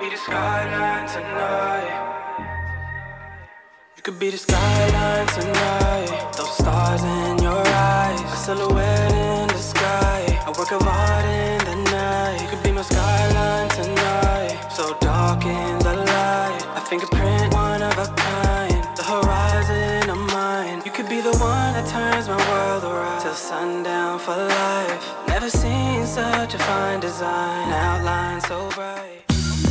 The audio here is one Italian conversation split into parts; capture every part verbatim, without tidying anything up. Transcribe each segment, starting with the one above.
be the skyline tonight. You could be the skyline tonight. Those stars in your eyes, a silhouette in the sky, a work of art in the night. You could be my skyline tonight. So dark in the light, a fingerprint, one of a kind. The horizon of mine. You could be the one that turns my world around till sundown for life. Never seen such a fine design, outline so bright.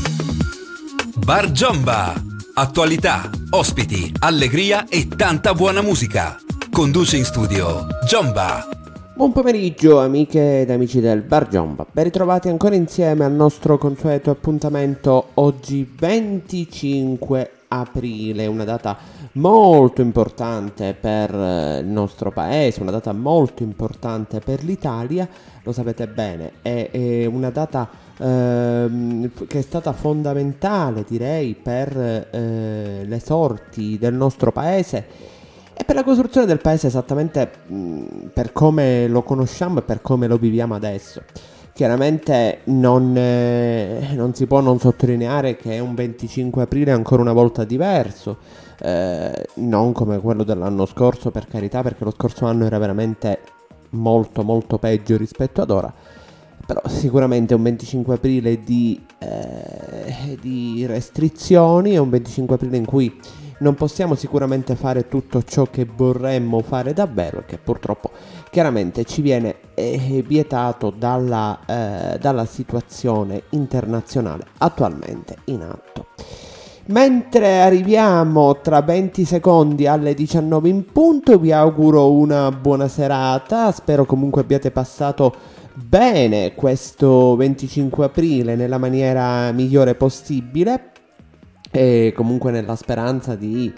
Bar Giomba. Attualità, ospiti, allegria e tanta buona musica. Conduce in studio Giomba. Buon pomeriggio amiche ed amici del Bar Giomba. Ben ritrovati ancora insieme al nostro consueto appuntamento oggi venticinque aprile, una data molto importante per il nostro paese, una data molto importante per l'Italia, lo sapete bene, è, è una data ehm, che è stata fondamentale, direi, per eh, le sorti del nostro paese e per la costruzione del paese esattamente mh, per come lo conosciamo e per come lo viviamo adesso. Chiaramente non, eh, non si può non sottolineare che un venticinque aprile è ancora una volta diverso, eh, non come quello dell'anno scorso, per carità, perché lo scorso anno era veramente molto molto peggio rispetto ad ora, però sicuramente un venticinque aprile di, eh, di restrizioni, è un venticinque aprile in cui non possiamo sicuramente fare tutto ciò che vorremmo fare davvero e che purtroppo chiaramente ci viene eh, vietato dalla, eh, dalla situazione internazionale attualmente in atto. Mentre arriviamo tra venti secondi alle diciannove in punto, vi auguro una buona serata, spero comunque abbiate passato bene questo venticinque aprile nella maniera migliore possibile. E comunque nella speranza di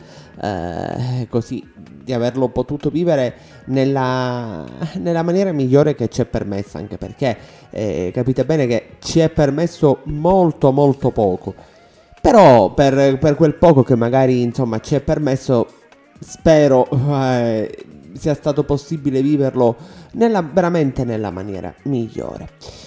eh, così di averlo potuto vivere nella, nella maniera migliore che ci è permessa, anche perché eh, capite bene che ci è permesso molto molto poco, però per, per quel poco che magari insomma ci è permesso spero eh, sia stato possibile viverlo nella, veramente nella maniera migliore.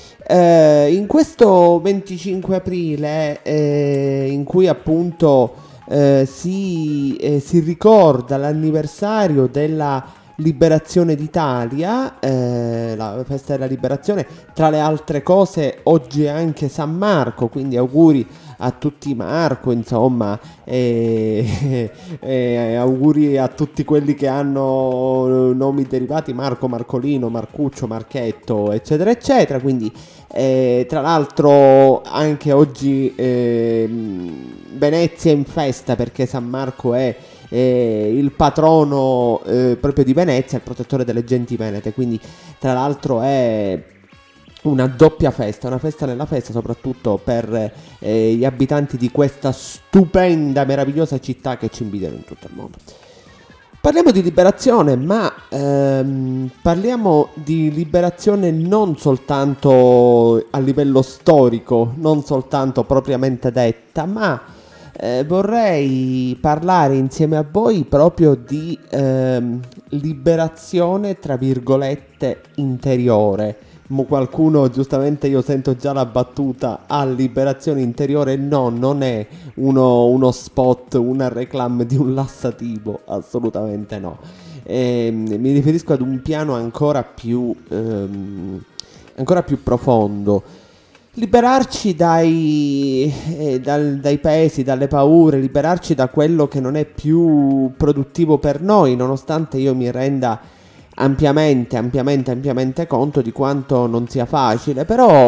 Eh, in questo venticinque aprile eh, in cui appunto eh, si, eh, si ricorda l'anniversario della liberazione d'Italia, eh, la festa della liberazione, tra le altre cose oggi è anche San Marco, quindi auguri a tutti Marco, insomma, e, e auguri a tutti quelli che hanno nomi derivati Marco, Marcolino, Marcuccio, Marchetto, eccetera eccetera. Quindi eh, tra l'altro anche oggi eh, Venezia è in festa perché San Marco è eh, il patrono eh, proprio di Venezia, il protettore delle genti venete, quindi tra l'altro è una doppia festa, una festa nella festa, soprattutto per eh, gli abitanti di questa stupenda, meravigliosa città che ci invidiano in tutto il mondo. Parliamo di liberazione, ma ehm, parliamo di liberazione non soltanto a livello storico, non soltanto propriamente detta, ma eh, vorrei parlare insieme a voi proprio di ehm, liberazione, tra virgolette, interiore. Qualcuno, giustamente, io sento già la battuta a liberazione interiore. No, non è uno, uno spot, una reclame di un lassativo, assolutamente no. E, mi riferisco ad un piano ancora più ehm, ancora più profondo. Liberarci dai, eh, dal, dai pesi, dalle paure, liberarci da quello che non è più produttivo per noi, nonostante io mi renda ampiamente, ampiamente, ampiamente conto di quanto non sia facile, però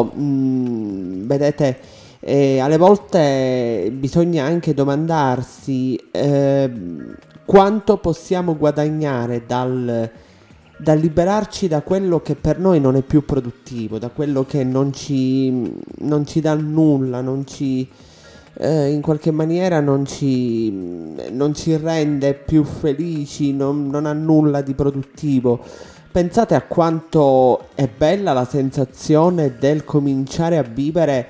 mh, vedete, eh, alle volte bisogna anche domandarsi eh, quanto possiamo guadagnare dal, dal liberarci da quello che per noi non è più produttivo, da quello che non ci, non ci dà nulla, non ci... Eh, in qualche maniera non ci, non ci rende più felici, non, non ha nulla di produttivo. Pensate a quanto è bella la sensazione del cominciare a vivere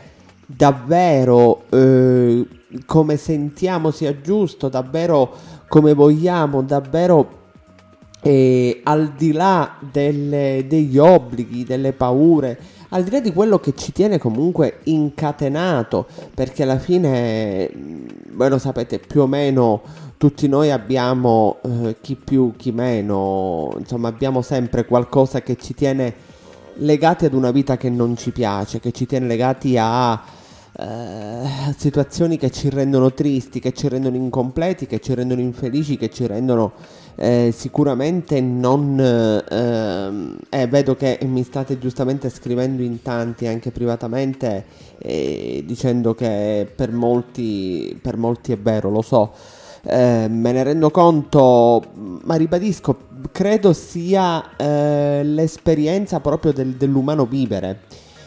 davvero eh, come sentiamo sia giusto, davvero come vogliamo, davvero e al di là delle, degli obblighi, delle paure, al di là di quello che ci tiene comunque incatenato, perché alla fine, voi lo sapete, più o meno tutti noi abbiamo, eh, chi più, chi meno, insomma abbiamo sempre qualcosa che ci tiene legati ad una vita che non ci piace, che ci tiene legati a eh, situazioni che ci rendono tristi, che ci rendono incompleti, che ci rendono infelici, che ci rendono eh, sicuramente non... Eh, eh, vedo che mi state giustamente scrivendo in tanti, anche privatamente, eh, dicendo che per molti, per molti è vero, lo so. Eh, me ne rendo conto, ma ribadisco, credo sia eh, l'esperienza proprio del- dell'umano vivere,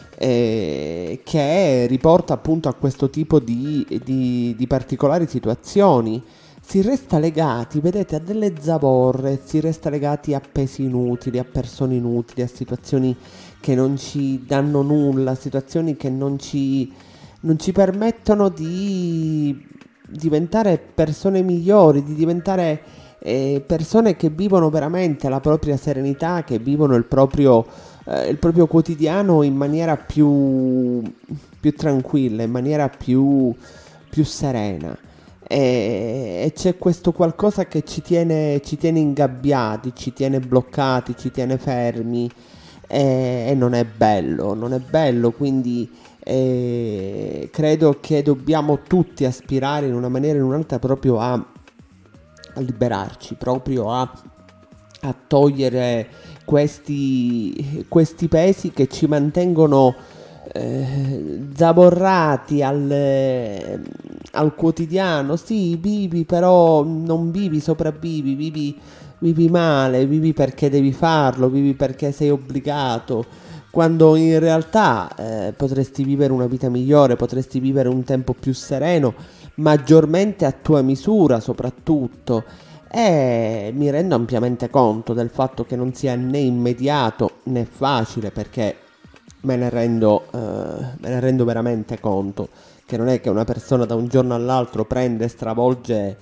eh, che riporta appunto a questo tipo di, di- di particolari situazioni. Si resta legati, vedete, a delle zavorre, si resta legati a pesi inutili, a persone inutili, a situazioni che non ci danno nulla, situazioni che non ci, non ci permettono di diventare persone migliori, di diventare eh, persone che vivono veramente la propria serenità, che vivono il proprio, eh, il proprio quotidiano in maniera più, più tranquilla, in maniera più, più serena. E, e c'è questo qualcosa che ci tiene, ci tiene ingabbiati, ci tiene bloccati, ci tiene fermi, e, e non è bello, non è bello, quindi eh, credo che dobbiamo tutti aspirare in una maniera o in un'altra proprio a, a liberarci, proprio a, a togliere questi, questi pesi che ci mantengono eh, zavorrati al, eh, al quotidiano. Sì, vivi, però non vivi, sopravvivi, vivi, vivi male, vivi perché devi farlo, vivi perché sei obbligato, quando in realtà eh, potresti vivere una vita migliore, potresti vivere un tempo più sereno, maggiormente a tua misura soprattutto. E mi rendo ampiamente conto del fatto che non sia né immediato né facile, perché me ne rendo, eh, me ne rendo veramente conto, che non è che una persona da un giorno all'altro prende e stravolge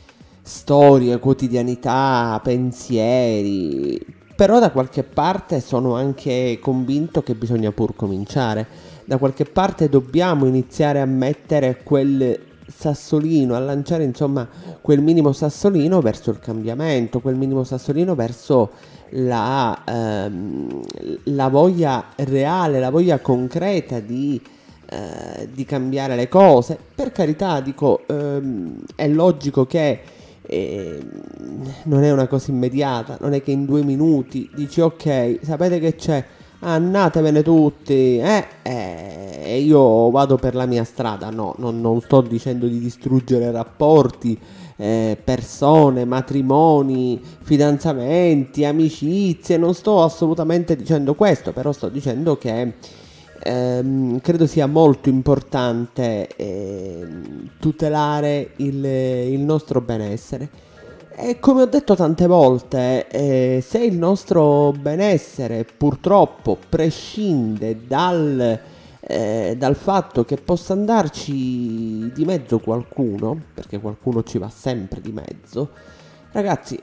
storie, quotidianità, pensieri. Però da qualche parte sono anche convinto che bisogna pur cominciare. Da qualche parte dobbiamo iniziare a mettere quel sassolino, a lanciare insomma quel minimo sassolino verso il cambiamento, quel minimo sassolino verso la, ehm, la voglia reale, la voglia concreta di, eh, di cambiare le cose. Per carità, dico, ehm, è logico che e non è una cosa immediata, non è che in due minuti dici ok, sapete che c'è, andatevene tutti, eh, eh, e io vado per la mia strada. No, non, non sto dicendo di distruggere rapporti, eh, persone, matrimoni, fidanzamenti, amicizie, non sto assolutamente dicendo questo, però sto dicendo che ehm, credo sia molto importante ehm, tutelare il, il nostro benessere. E come ho detto tante volte, eh, se il nostro benessere purtroppo prescinde dal, eh, dal fatto che possa andarci di mezzo qualcuno, perché qualcuno ci va sempre di mezzo, ragazzi,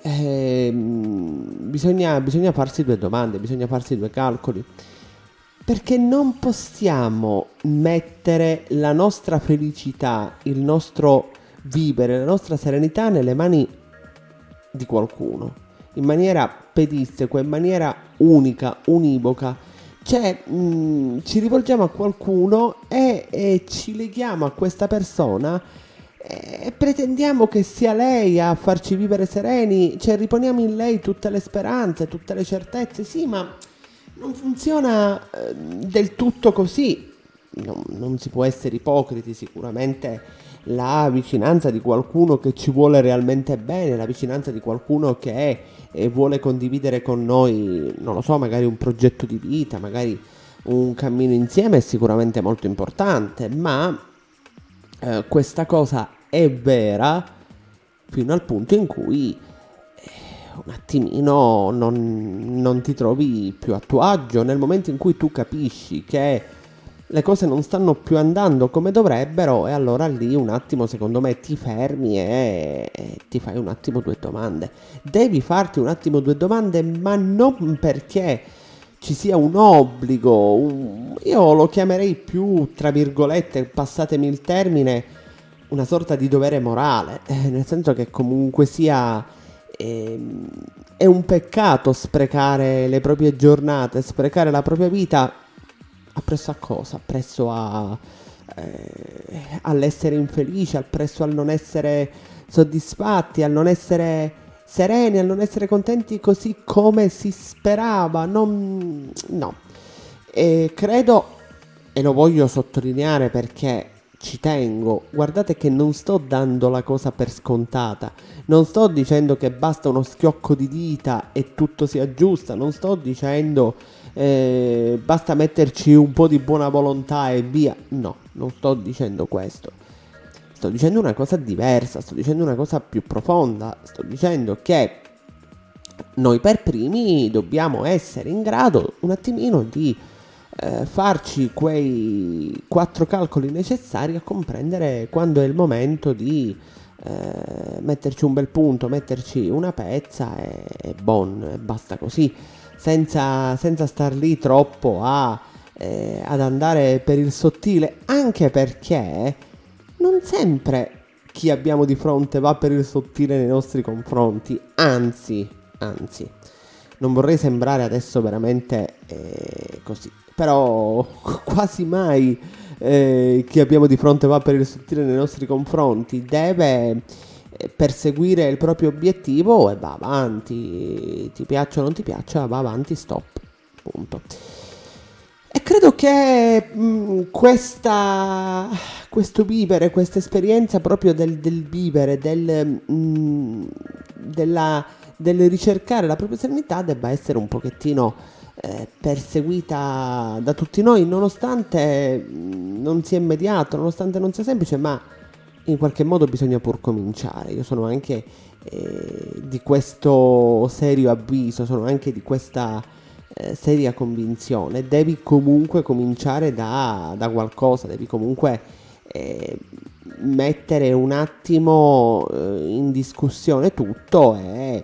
ehm, bisogna, bisogna farsi due domande, bisogna farsi due calcoli. Perché non possiamo mettere la nostra felicità, il nostro vivere, la nostra serenità nelle mani di qualcuno, in maniera pedissequa, in maniera unica, univoca. Cioè, mh, ci rivolgiamo a qualcuno e, e ci leghiamo a questa persona e pretendiamo che sia lei a farci vivere sereni, cioè riponiamo in lei tutte le speranze, tutte le certezze. Sì, ma non funziona eh, del tutto così. Non, non si può essere ipocriti. Sicuramente la vicinanza di qualcuno che ci vuole realmente bene, la vicinanza di qualcuno che eh, vuole condividere con noi, non lo so, magari un progetto di vita, magari un cammino insieme, è sicuramente molto importante, ma eh, questa cosa è vera fino al punto in cui un attimino non, non ti trovi più a tuo agio. Nel momento in cui tu capisci che le cose non stanno più andando come dovrebbero, e allora lì un attimo secondo me ti fermi e, e ti fai un attimo due domande. Devi farti un attimo due domande, ma non perché ci sia un obbligo, un, io lo chiamerei più, tra virgolette, passatemi il termine, una sorta di dovere morale, eh, nel senso che comunque sia eh, è un peccato sprecare le proprie giornate, sprecare la propria vita appresso a cosa? Appresso a, eh, all'essere infelici, appresso al non essere soddisfatti, al non essere sereni, al non essere contenti così come si sperava. Non, no. E credo, e lo voglio sottolineare perché ci tengo, guardate che non sto dando la cosa per scontata, non sto dicendo che basta uno schiocco di dita e tutto si aggiusta, non sto dicendo eh, basta metterci un po' di buona volontà e via, no, non sto dicendo questo, sto dicendo una cosa diversa, sto dicendo una cosa più profonda, sto dicendo che noi per primi dobbiamo essere in grado un attimino di Eh, farci quei quattro calcoli necessari a comprendere quando è il momento di eh, metterci un bel punto, metterci una pezza e, e bon, e basta così, senza, senza star lì troppo a, eh, ad andare per il sottile, anche perché non sempre chi abbiamo di fronte va per il sottile nei nostri confronti, anzi, anzi, non vorrei sembrare adesso veramente eh, così, però quasi mai eh, chi abbiamo di fronte va per il sottile nei nostri confronti, deve eh, perseguire il proprio obiettivo e va avanti, ti piaccia o non ti piaccia, va avanti, stop, punto. E credo che mh, questa, questo vivere, questa esperienza proprio del, del vivere, del, mh, della, del ricercare la propria serenità debba essere un pochettino Eh, perseguita da tutti noi, nonostante mh, non sia immediato, nonostante non sia semplice, ma in qualche modo bisogna pur cominciare. Io sono anche eh, di questo serio avviso, sono anche di questa eh, seria convinzione. Devi comunque cominciare da, da qualcosa, devi comunque eh, mettere un attimo eh, in discussione tutto e,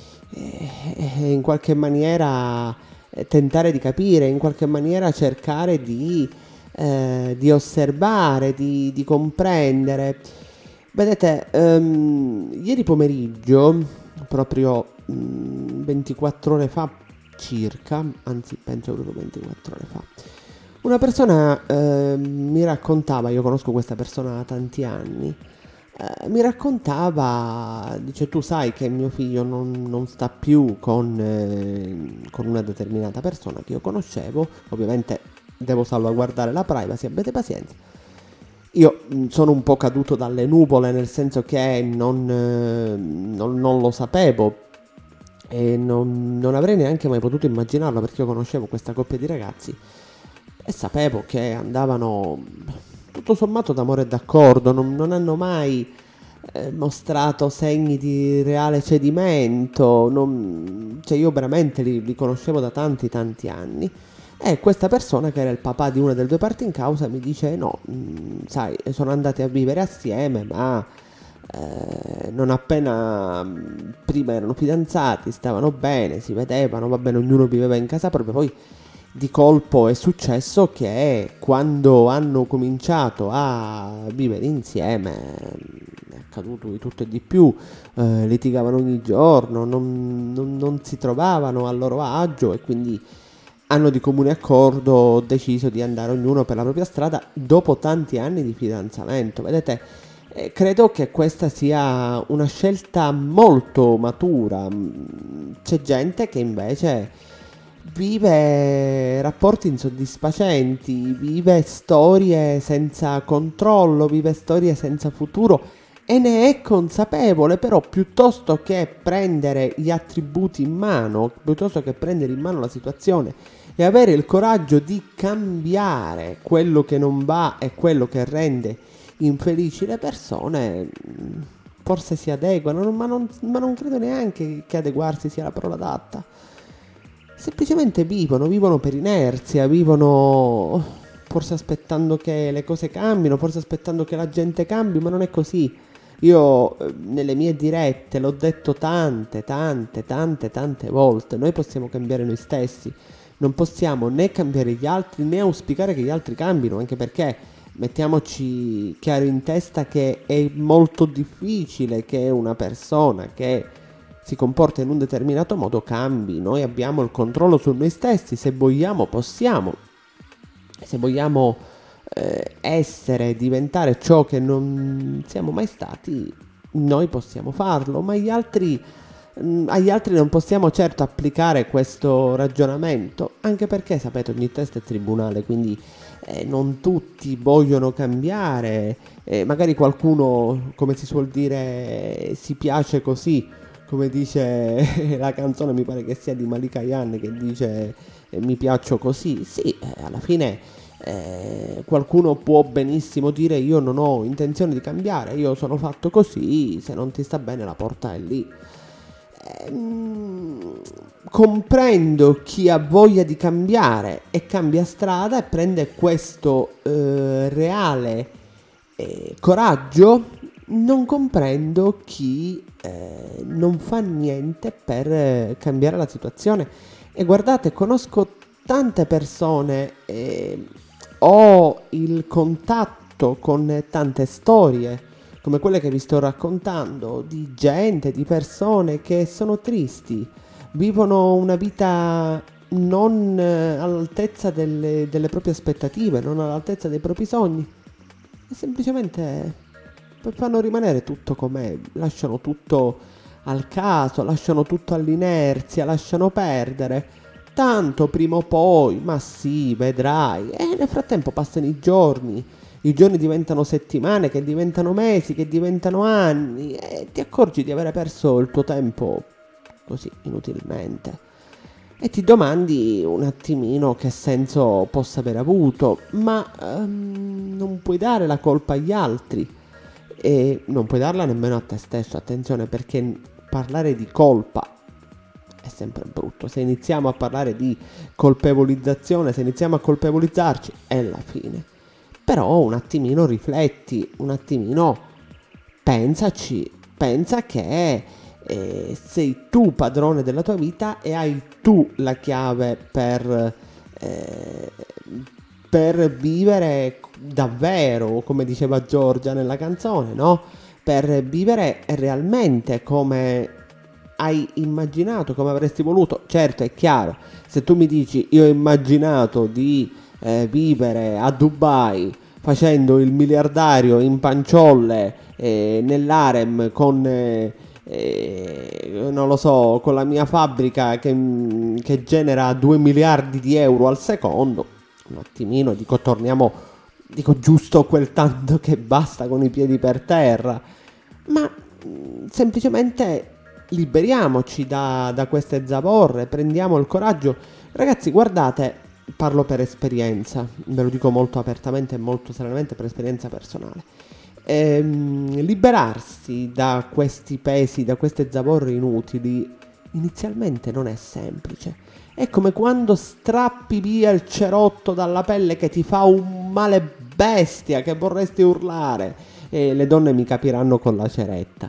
e in qualche maniera tentare di capire, in qualche maniera cercare di, eh, di osservare, di, di comprendere. Vedete, um, ieri pomeriggio, proprio um, ventiquattro ore fa circa, anzi penso proprio ventiquattro ore fa, una persona eh, mi raccontava, io conosco questa persona da tanti anni, Uh, mi raccontava, dice, tu sai che mio figlio non, non sta più con, eh, con una determinata persona che io conoscevo, ovviamente devo salvaguardare la privacy, abbiate pazienza. Io mh, sono un po' caduto dalle nuvole, nel senso che non, eh, non, non lo sapevo e non, non avrei neanche mai potuto immaginarlo, perché io conoscevo questa coppia di ragazzi e sapevo che andavano tutto sommato d'amore e d'accordo, non, non hanno mai eh, mostrato segni di reale cedimento, non, cioè io veramente li, li conoscevo da tanti tanti anni, e questa persona, che era il papà di una delle due parti in causa, mi dice no, mh, sai, sono andati a vivere assieme, ma eh, non appena mh, prima erano fidanzati, stavano bene, si vedevano, va bene, ognuno viveva in casa propria, poi di colpo è successo che quando hanno cominciato a vivere insieme è accaduto di tutto e di più, eh, litigavano ogni giorno, non, non, non si trovavano a loro agio, e quindi hanno di comune accordo deciso di andare ognuno per la propria strada dopo tanti anni di fidanzamento. Vedete, eh, credo che questa sia una scelta molto matura. C'è gente che invece vive rapporti insoddisfacenti, vive storie senza controllo, vive storie senza futuro e ne è consapevole, però piuttosto che prendere gli attributi in mano, piuttosto che prendere in mano la situazione e avere il coraggio di cambiare quello che non va e quello che rende infelici le persone, forse si adeguano, ma non, ma non credo neanche che adeguarsi sia la parola adatta. Semplicemente vivono, vivono per inerzia, vivono forse aspettando che le cose cambino, forse aspettando che la gente cambi, ma non è così. Io eh, nelle mie dirette l'ho detto tante, tante, tante, tante volte, noi possiamo cambiare noi stessi, non possiamo né cambiare gli altri né auspicare che gli altri cambino, anche perché mettiamoci chiaro in testa che è molto difficile che una persona che si comporta in un determinato modo cambi. Noi abbiamo il controllo su noi stessi, se vogliamo possiamo, se vogliamo eh, essere, diventare ciò che non siamo mai stati, noi possiamo farlo, ma gli altri, mh, agli altri non possiamo certo applicare questo ragionamento, anche perché sapete ogni testa è tribunale, quindi eh, non tutti vogliono cambiare, eh, magari qualcuno, come si suol dire, si piace così, come dice la canzone, mi pare che sia di Malika Ayane, che dice eh, mi piaccio così. Sì, eh, alla fine eh, qualcuno può benissimo dire io non ho intenzione di cambiare, io sono fatto così, se non ti sta bene la porta è lì. Ehm, comprendo chi ha voglia di cambiare e cambia strada e prende questo eh, reale eh, coraggio. Non comprendo chi eh, non fa niente per eh, cambiare la situazione. E guardate, conosco tante persone, eh, ho il contatto con tante storie come quelle che vi sto raccontando, di gente, di persone che sono tristi, vivono una vita non eh, all'altezza delle, delle proprie aspettative, non all'altezza dei propri sogni, e semplicemente fanno rimanere tutto com'è, lasciano tutto al caso, lasciano tutto all'inerzia, lasciano perdere. Tanto prima o poi, ma sì, vedrai. E nel frattempo passano i giorni, i giorni diventano settimane, che diventano mesi, che diventano anni, e ti accorgi di avere perso il tuo tempo così inutilmente. E ti domandi un attimino che senso possa aver avuto, ma um, non puoi dare la colpa agli altri. E non puoi darla nemmeno a te stesso, attenzione, perché parlare di colpa è sempre brutto. Se iniziamo a parlare di colpevolizzazione, se iniziamo a colpevolizzarci, è la fine. Però un attimino rifletti, un attimino pensaci, pensa che eh, sei tu padrone della tua vita e hai tu la chiave per eh, per vivere davvero, come diceva Giorgia nella canzone, no? Per vivere realmente come hai immaginato, come avresti voluto. Certo, è chiaro, se tu mi dici io ho immaginato di eh, vivere a Dubai facendo il miliardario in panciolle eh, nell'harem con eh, eh, non lo so, con la mia fabbrica che, che genera due miliardi di euro al secondo, un attimino dico torniamo, dico giusto quel tanto che basta con i piedi per terra, ma mh, semplicemente liberiamoci da, da queste zavorre, prendiamo il coraggio. Ragazzi, guardate, parlo per esperienza, ve lo dico molto apertamente e molto serenamente per esperienza personale. Ehm, liberarsi da questi pesi, da queste zavorre inutili, inizialmente non è semplice. È come quando strappi via il cerotto dalla pelle che ti fa un male bestia, che vorresti urlare, e le donne mi capiranno con la ceretta.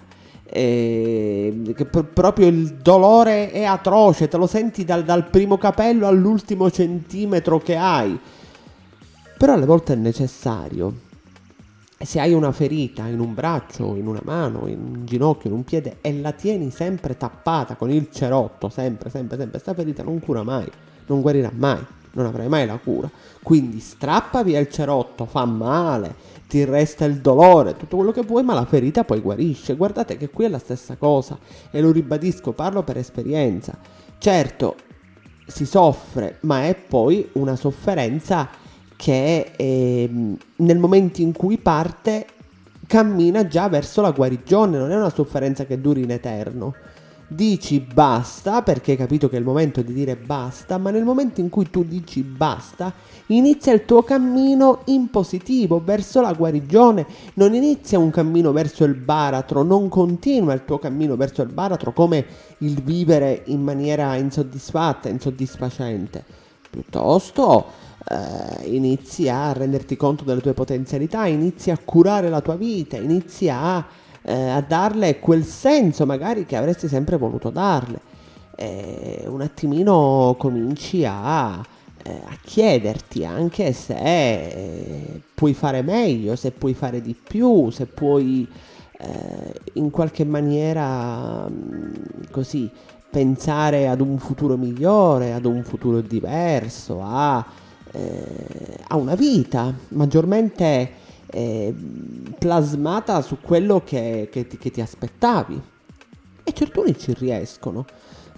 E che pr- proprio il dolore è atroce, te lo senti dal, dal primo capello all'ultimo centimetro che hai. Però alle volte è necessario. Se hai una ferita in un braccio, in una mano, in un ginocchio, in un piede e la tieni sempre tappata con il cerotto, sempre, sempre, sempre, sta ferita non cura mai, non guarirà mai, non avrai mai la cura. Quindi strappa via il cerotto, fa male, ti resta il dolore, tutto quello che vuoi, ma la ferita poi guarisce. Guardate che qui è la stessa cosa, e lo ribadisco, parlo per esperienza. Certo, si soffre, ma è poi una sofferenza che eh, nel momento in cui parte cammina già verso la guarigione, non è una sofferenza che duri in eterno. Dici basta perché hai capito che è il momento di dire basta, ma nel momento in cui tu dici basta inizia il tuo cammino in positivo verso la guarigione, non inizia un cammino verso il baratro, non continua il tuo cammino verso il baratro come il vivere in maniera insoddisfatta, insoddisfacente. Piuttosto eh, inizi a renderti conto delle tue potenzialità, inizi a curare la tua vita, inizi a, eh, a darle quel senso magari che avresti sempre voluto darle. Eh, un attimino cominci a, eh, a chiederti anche se eh, puoi fare meglio, se puoi fare di più, se puoi eh, in qualche maniera mh, così pensare ad un futuro migliore, ad un futuro diverso, a, eh, a una vita maggiormente eh, plasmata su quello che, che, ti, che ti aspettavi. E certuni ci riescono,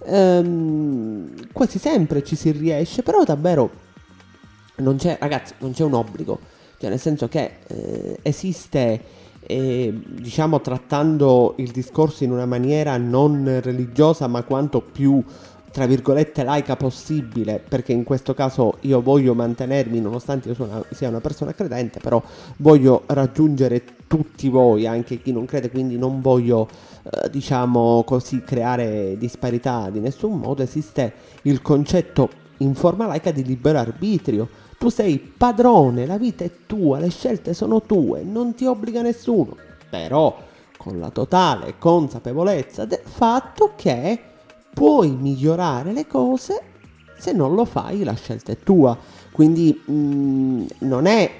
ehm, quasi sempre ci si riesce, però davvero non c'è, ragazzi, non c'è un obbligo, cioè nel senso che eh, esiste... E, diciamo, trattando il discorso in una maniera non religiosa ma quanto più tra virgolette laica possibile, perché in questo caso io voglio mantenermi, nonostante io una, sia una persona credente, però voglio raggiungere tutti voi, anche chi non crede, quindi non voglio eh, diciamo così creare disparità di nessun modo. Esiste il concetto in forma laica di libero arbitrio. Tu sei padrone, la vita è tua, le scelte sono tue, non ti obbliga nessuno, però con la totale consapevolezza del fatto che puoi migliorare le cose. Se non lo fai, la scelta è tua. Quindi mh, non è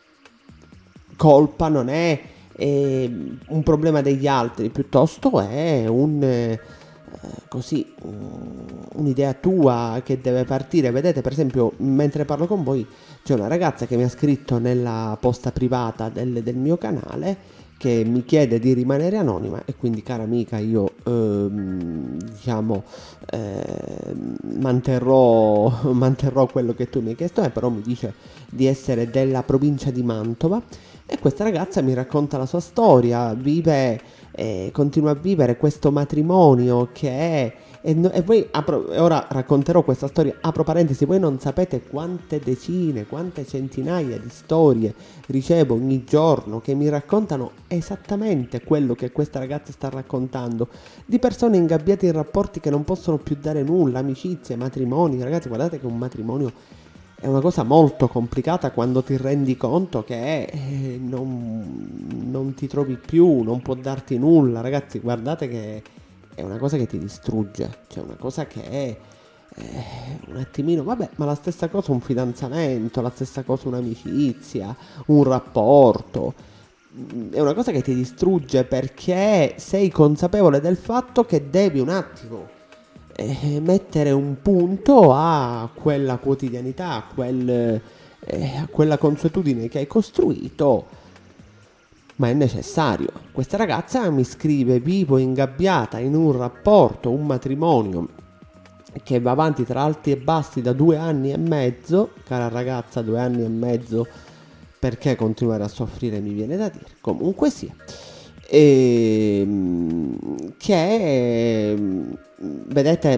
colpa, non è eh, un problema degli altri, piuttosto è un... Eh, così un'idea tua che deve partire. Vedete, per esempio, mentre parlo con voi c'è una ragazza che mi ha scritto nella posta privata del, del mio canale che mi chiede di rimanere anonima, e quindi, cara amica, io ehm, diciamo ehm, manterrò, manterrò quello che tu mi hai chiesto, eh, però mi dice di essere della provincia di Mantova, e questa ragazza mi racconta la sua storia. Vive eh, continua a vivere questo matrimonio che è e, no, e voi apro, e ora racconterò questa storia. Apro parentesi, voi non sapete quante decine, quante centinaia di storie ricevo ogni giorno che mi raccontano esattamente quello che questa ragazza sta raccontando, di persone ingabbiate in rapporti che non possono più dare nulla, amicizie, matrimoni. Ragazzi, guardate che un matrimonio è una cosa molto complicata quando ti rendi conto che eh, non, non ti trovi più, non può darti nulla. Ragazzi, guardate che è una cosa che ti distrugge, cioè una cosa che è eh, un attimino, vabbè, ma la stessa cosa un fidanzamento, la stessa cosa un'amicizia, un rapporto, è una cosa che ti distrugge perché sei consapevole del fatto che devi un attimo eh, mettere un punto a quella quotidianità, a, quel, eh, a quella consuetudine che hai costruito. Ma è necessario. Questa ragazza mi scrive: vivo ingabbiata in un rapporto, un matrimonio che va avanti tra alti e bassi da due anni e mezzo. Cara ragazza, due anni e mezzo, perché continuare a soffrire, mi viene da dire. Comunque sia, e, che vedete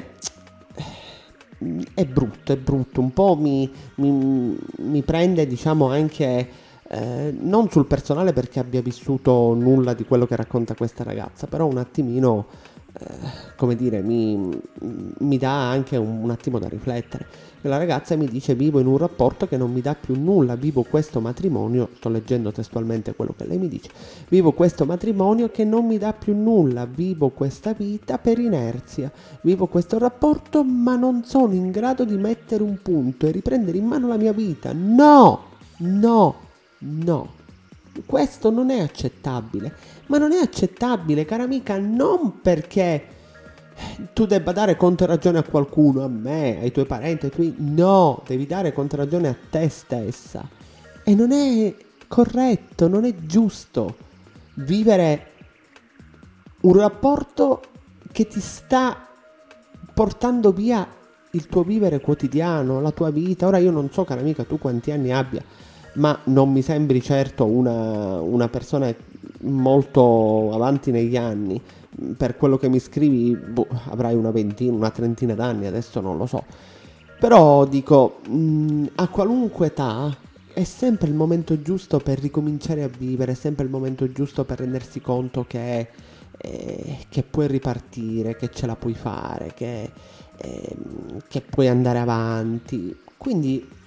è brutto, è brutto. Un po' mi, mi, mi prende, diciamo, anche Eh, non sul personale, perché abbia vissuto nulla di quello che racconta questa ragazza, però un attimino eh, come dire mi, mi dà anche un, un attimo da riflettere. La ragazza mi dice: vivo in un rapporto che non mi dà più nulla, vivo questo matrimonio, sto leggendo testualmente quello che lei mi dice, vivo questo matrimonio che non mi dà più nulla, vivo questa vita per inerzia, vivo questo rapporto ma non sono in grado di mettere un punto e riprendere in mano la mia vita. No, no, no, questo non è accettabile. Ma non è accettabile, cara amica, non perché tu debba dare controragione a qualcuno, a me, ai tuoi parenti, ai tuoi... No, devi dare controragione a te stessa. E non è corretto, non è giusto vivere un rapporto che ti sta portando via il tuo vivere quotidiano, la tua vita. Ora io non so, cara amica, tu quanti anni abbia, ma non mi sembri certo una, una persona molto avanti negli anni. Per quello che mi scrivi, boh, avrai una ventina, una trentina d'anni, adesso non lo so. Però dico, mh, a qualunque età è sempre il momento giusto per ricominciare a vivere, è sempre il momento giusto per rendersi conto che, eh, che puoi ripartire, che ce la puoi fare, che, eh, che puoi andare avanti. Quindi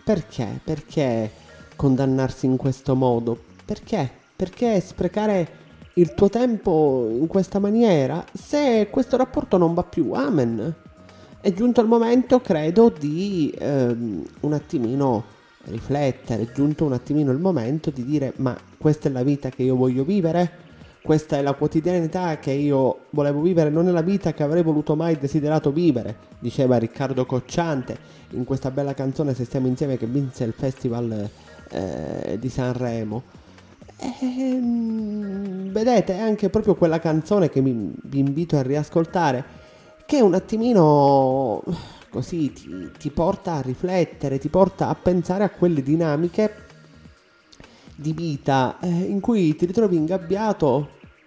perché? Perché condannarsi in questo modo? Perché? Perché sprecare il tuo tempo in questa maniera? Se questo rapporto non va più, amen. È giunto il momento, credo, di ehm, un attimino riflettere, è giunto un attimino il momento di dire: ma questa è la vita che io voglio vivere? Questa è la quotidianità che io volevo vivere, non è la vita che avrei voluto mai desiderato vivere, diceva Riccardo Cocciante in questa bella canzone Se stiamo insieme, che vinse il festival eh, di Sanremo. E, vedete, è anche proprio quella canzone che mi, vi invito a riascoltare, che un attimino così ti, ti porta a riflettere, ti porta a pensare a quelle dinamiche di vita eh, in cui ti ritrovi ingabbiato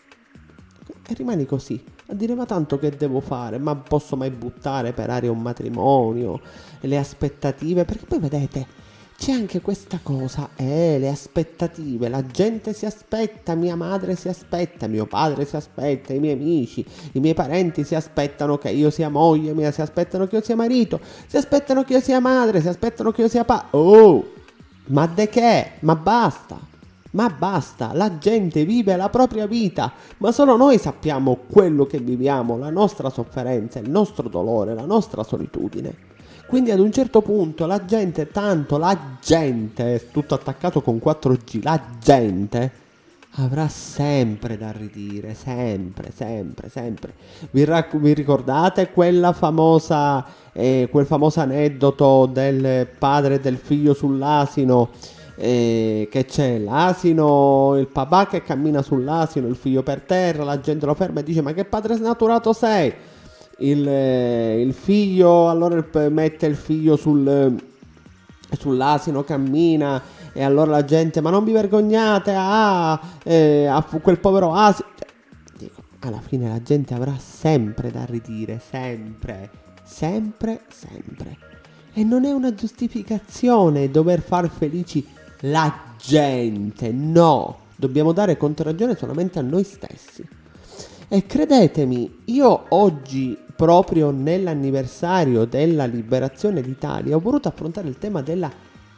e rimani così a dire: ma tanto che devo fare? Ma posso mai buttare per aria un matrimonio? Le aspettative? Perché poi vedete, c'è anche questa cosa, eh, le aspettative, la gente si aspetta, mia madre si aspetta, mio padre si aspetta, i miei amici, i miei parenti si aspettano che io sia moglie mia, si aspettano che io sia marito, si aspettano che io sia madre, si aspettano che io sia pa... Oh! Ma de che? Ma basta, ma basta, la gente vive la propria vita, ma solo noi sappiamo quello che viviamo, la nostra sofferenza, il nostro dolore, la nostra solitudine. Quindi ad un certo punto la gente, tanto la gente, tutto attaccato con quattro G, la gente avrà sempre da ridire, sempre, sempre, sempre. Vi, rac- vi ricordate quella famosa, eh, quel famoso aneddoto del padre e del figlio sull'asino, eh, che c'è l'asino, il papà che cammina sull'asino, il figlio per terra, la gente lo ferma e dice: ma che padre snaturato sei? Il, eh, il figlio, allora il, mette il figlio sul, sull'asino, cammina, e allora la gente: ma non vi vergognate, ah, eh, a quel povero asino. Dico, alla fine la gente avrà sempre da ridire, sempre, sempre, sempre. E non è una giustificazione dover far felici la gente, no, dobbiamo dare controragione solamente a noi stessi. E credetemi, io oggi, proprio nell'anniversario della liberazione d'Italia, ho voluto affrontare il tema della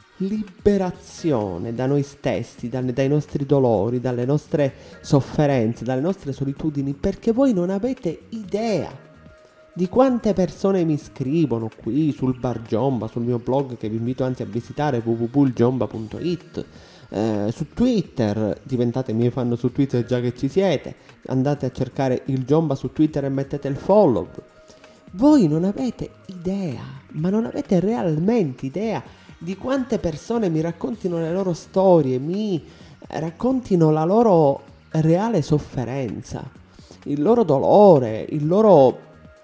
liberazione da noi stessi, dai, dai nostri dolori, dalle nostre sofferenze, dalle nostre solitudini, perché voi non avete idea di quante persone mi scrivono qui sul Bar Giomba, sul mio blog, che vi invito anzi a visitare, w w w punto giomba punto i t. Eh, su Twitter, diventate miei fan su Twitter già che ci siete, andate a cercare il Giomba su Twitter e mettete il follow. Voi non avete idea, ma non avete realmente idea di quante persone mi raccontino le loro storie, mi raccontino la loro reale sofferenza, il loro dolore, il loro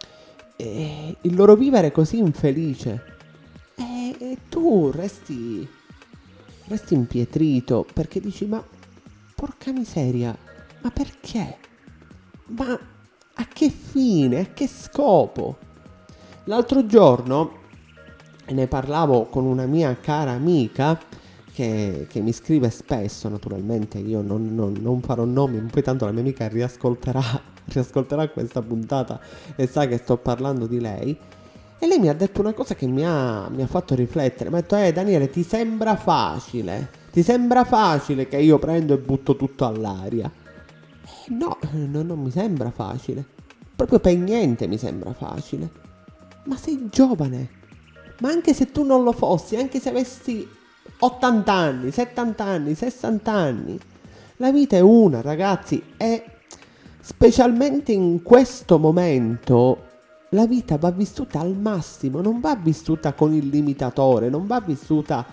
eh, il loro vivere così infelice, e, e tu resti resti impietrito perché dici: ma porca miseria, ma perché? Ma a che fine? A che scopo? L'altro giorno ne parlavo con una mia cara amica che, che mi scrive spesso, naturalmente io non, non, non farò nomi, poi tanto la mia amica riascolterà, riascolterà questa puntata e sa che sto parlando di lei. E lei mi ha detto una cosa che mi ha, mi ha fatto riflettere. Mi ha detto: eh Daniele, ti sembra facile? Ti sembra facile che io prendo e butto tutto all'aria? Eh, no, no, non mi sembra facile. Proprio per niente mi sembra facile. Ma sei giovane. Ma anche se tu non lo fossi, anche se avessi ottanta anni, settanta anni, sessanta anni, la vita è una, ragazzi. E specialmente in questo momento la vita va vissuta al massimo, non va vissuta con il limitatore, non va vissuta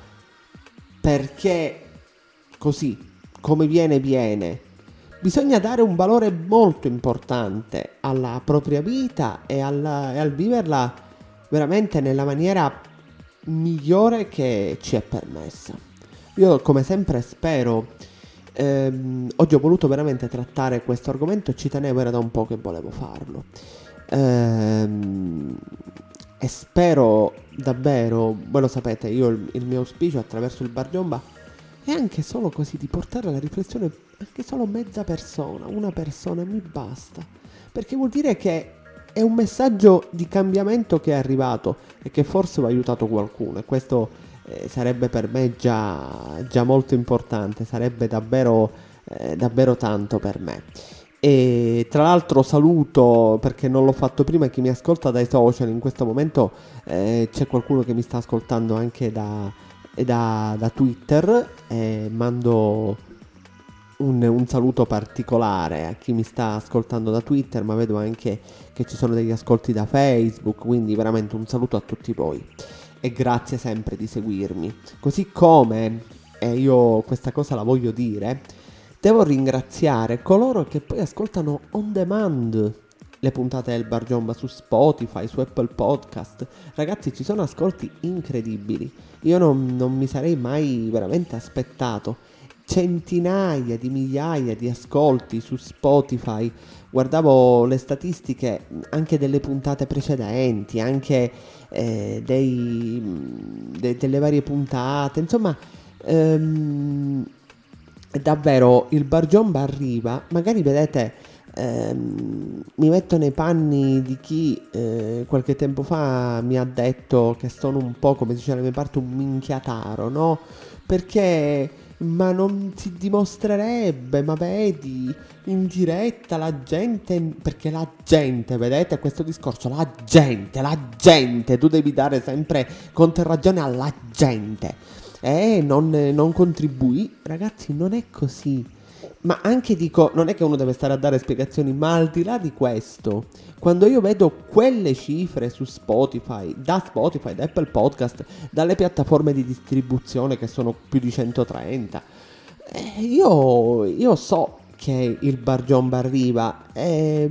perché così, come viene viene. Bisogna dare un valore molto importante alla propria vita e, alla, e al viverla veramente nella maniera migliore che ci è permessa. Io come sempre spero, ehm, oggi ho voluto veramente trattare questo argomento, ci tenevo, era da un po' che volevo farlo. Ehm, e spero davvero, voi lo sapete, io il, il mio auspicio attraverso il Bar Giomba è anche solo così di portare alla riflessione anche solo mezza persona, una persona, mi basta, perché vuol dire che è un messaggio di cambiamento che è arrivato e che forse ha aiutato qualcuno, e questo eh, sarebbe per me già, già molto importante, sarebbe davvero, eh, davvero tanto per me. E tra l'altro saluto, perché non l'ho fatto prima, chi mi ascolta dai social. In questo momento eh, c'è qualcuno che mi sta ascoltando anche da, da, da Twitter, e mando un, un saluto particolare a chi mi sta ascoltando da Twitter, ma vedo anche che ci sono degli ascolti da Facebook, quindi veramente un saluto a tutti voi e grazie sempre di seguirmi. Così come, e io questa cosa la voglio dire, devo ringraziare coloro che poi ascoltano on demand le puntate del Bar Giomba su Spotify, su Apple Podcast. Ragazzi, ci sono ascolti incredibili. Io non, non mi sarei mai veramente aspettato centinaia di migliaia di ascolti su Spotify. Guardavo le statistiche anche delle puntate precedenti, anche eh, dei, de, delle varie puntate. Insomma, ehm, davvero il Bar Giomba arriva. Magari vedete, ehm, mi metto nei panni di chi eh, qualche tempo fa mi ha detto che sono un po', come dice la mia parte, un minchiataro, no? Perché ma non si dimostrerebbe, ma vedi, in diretta la gente, perché la gente, vedete questo discorso, la gente, la gente, tu devi dare sempre conterragione alla gente, eh, non, non contribuì, ragazzi, non è così. Ma anche dico, non è che uno deve stare a dare spiegazioni, ma al di là di questo, quando io vedo quelle cifre su Spotify, da Spotify, da Apple Podcast, dalle piattaforme di distribuzione che sono più di centotrenta, eh, io, io so che il Bar Giomba arriva, e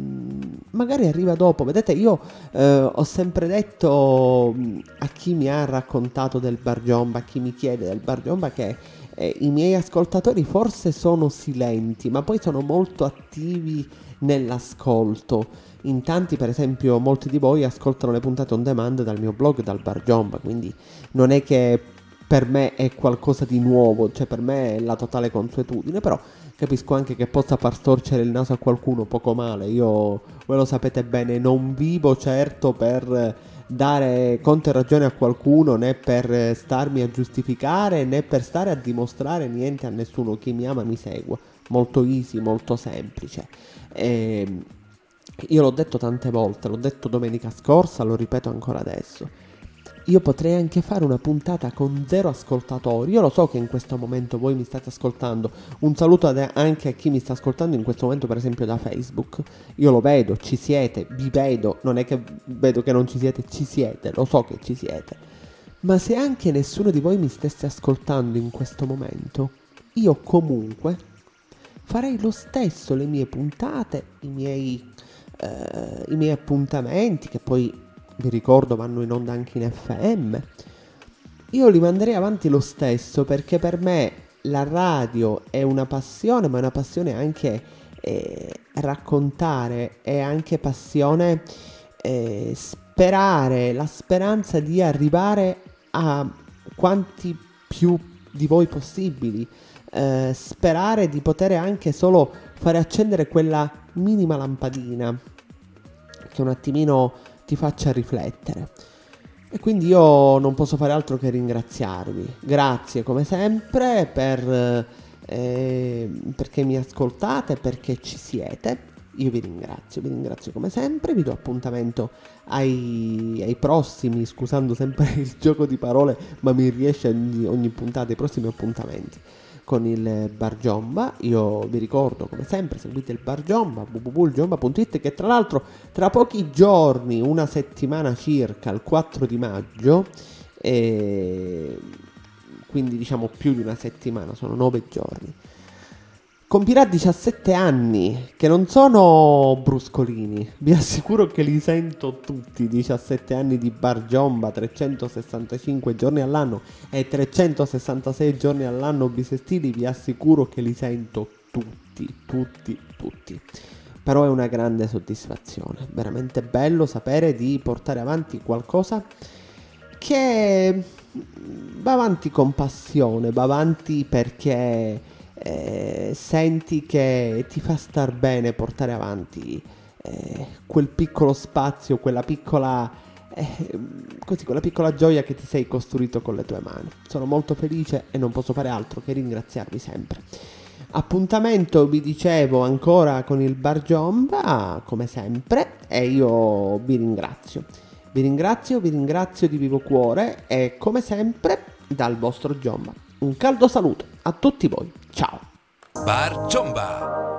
magari arriva dopo. Vedete, io eh, ho sempre detto a chi mi ha raccontato del Bar Giomba, a chi mi chiede del Bar Giomba, che Eh, i miei ascoltatori forse sono silenti, ma poi sono molto attivi nell'ascolto. In tanti, per esempio, molti di voi ascoltano le puntate on demand dal mio blog, dal Bar Giomba, quindi non è che per me è qualcosa di nuovo, cioè per me è la totale consuetudine, però capisco anche che possa far storcere il naso a qualcuno poco male. Io, voi lo sapete bene, non vivo certo per dare conto e ragione a qualcuno, né per starmi a giustificare, né per stare a dimostrare niente a nessuno. Chi mi ama mi segua, molto easy, molto semplice. E io l'ho detto tante volte, l'ho detto domenica scorsa, lo ripeto ancora adesso. Io potrei anche fare una puntata con zero ascoltatori. Io lo so che in questo momento voi mi state ascoltando. Un saluto ad, anche a chi mi sta ascoltando in questo momento, per esempio da Facebook. Io lo vedo, ci siete, vi vedo. Non è che vedo che non ci siete, ci siete, lo so che ci siete. Ma se anche nessuno di voi mi stesse ascoltando in questo momento, io comunque farei lo stesso le mie puntate, i miei, eh, i miei appuntamenti, che poi vi ricordo vanno in onda anche in F M. Io li manderei avanti lo stesso, perché per me la radio è una passione, ma è una passione anche eh, raccontare, è anche passione eh, sperare, la speranza di arrivare a quanti più di voi possibili, eh, sperare di poter anche solo fare accendere quella minima lampadina che un attimino ti faccia riflettere. E quindi io non posso fare altro che ringraziarvi. Grazie come sempre per eh, perché mi ascoltate, perché ci siete. Io vi ringrazio, vi ringrazio come sempre. Vi do appuntamento ai, ai prossimi, scusando sempre il gioco di parole, ma mi riesce ogni, ogni puntata, i prossimi appuntamenti con il Bar Giomba. Io vi ricordo come sempre, seguite il Bar Giomba, w w w punto giomba punto it, che tra l'altro tra pochi giorni, una settimana circa, il quattro di maggio, e quindi diciamo più di una settimana, sono nove giorni, compirà diciassette anni, che non sono bruscolini, vi assicuro che li sento tutti. Diciassette anni di Bar Giomba, trecentosessantacinque giorni all'anno e trecentosessantasei giorni all'anno bisestili, vi assicuro che li sento tutti, tutti, tutti. Però è una grande soddisfazione, veramente bello sapere di portare avanti qualcosa che va avanti con passione, va avanti perché Eh, senti che ti fa star bene portare avanti eh, quel piccolo spazio, quella piccola eh, così, quella piccola gioia che ti sei costruito con le tue mani. Sono molto felice e non posso fare altro che ringraziarvi sempre. Appuntamento, vi dicevo, ancora con il Bar Giomba, come sempre, e io vi ringrazio. Vi ringrazio, vi ringrazio di vivo cuore e come sempre dal vostro Giomba. Un caldo saluto a tutti voi. Ciao. Bar Giomba.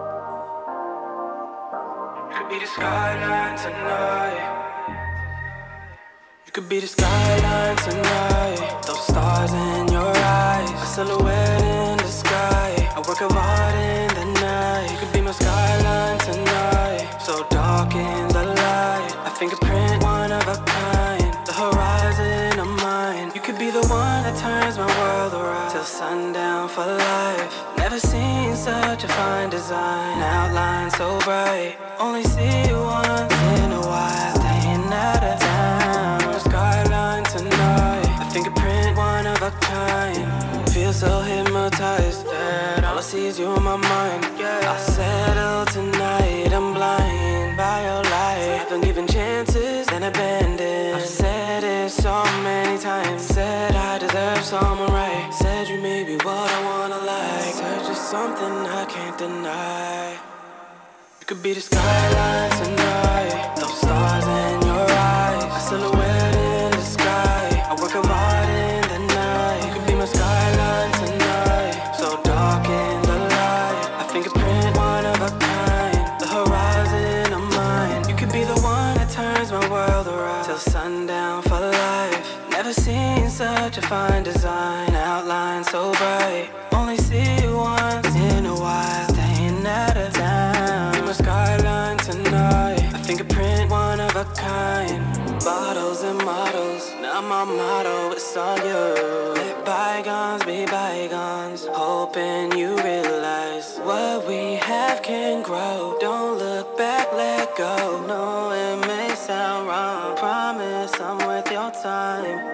Could be the skyline tonight. You could be the skyline tonight. Those stars in your eyes, a silhouette in the sky. I work of art in the night. You could be my skyline tonight. So dark in the light, a fingerprint, one of a kind. The horizon of mine. You could be the one that turns my world around till sundown for life. Never seen such a fine design. Outline so bright, only see you once in a while. Staying out of town. Skyline tonight, a fingerprint, one of a kind. Feel so hypnotized that all I see is you in my mind. I settle tonight, I'm blind by your light. I've been given chances and abandoned. I've said it so many times. Said I deserve someone right. Said you may be what I wanna like. Said you're something I can't deny. You could be the skyline tonight. Those stars in your eyes, a silhouette in the sky. I work of art in the night. You could be my skyline tonight. So dark in the light, a fingerprint, one of a kind. The horizon of mine. You could be the one that turns my world around till sundown for life. Never seen such a fine design. Outline so bright, only see you once in a while. Staying out of town. Be my skyline tonight, a fingerprint, one of a kind. Bottles and models, now my motto is all you. Let bygones be bygones, hoping you realize what we have can grow. Don't look back, let go. No, it may sound wrong. Promise I'm worth your time.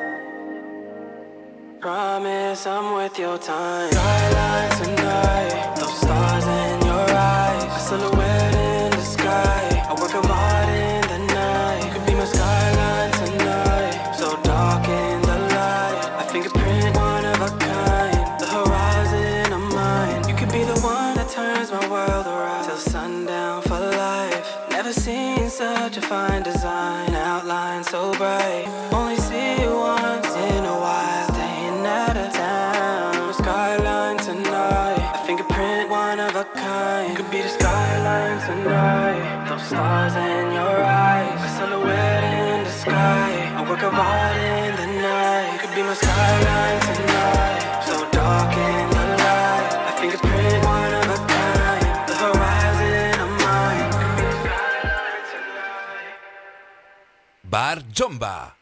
Promise I'm worth your time. Skyline tonight, those stars in your eyes, a silhouette in the sky. I work of art in the night. You could be my skyline tonight. So dark in the light, a fingerprint, one of a kind. The horizon of mine. You could be the one that turns my world around till sundown for life. Never seen such a fine design. Outline so bright, only see you once in a while. Staying out of town. Skyline tonight, a fingerprint, one of a kind. Could be the skyline tonight. Those stars in your eyes, a silhouette in the sky. I work of art in the night. You could be my skyline tonight. So dark in the light, a fingerprint, one of a kind. The horizon of mine. Bar Giomba.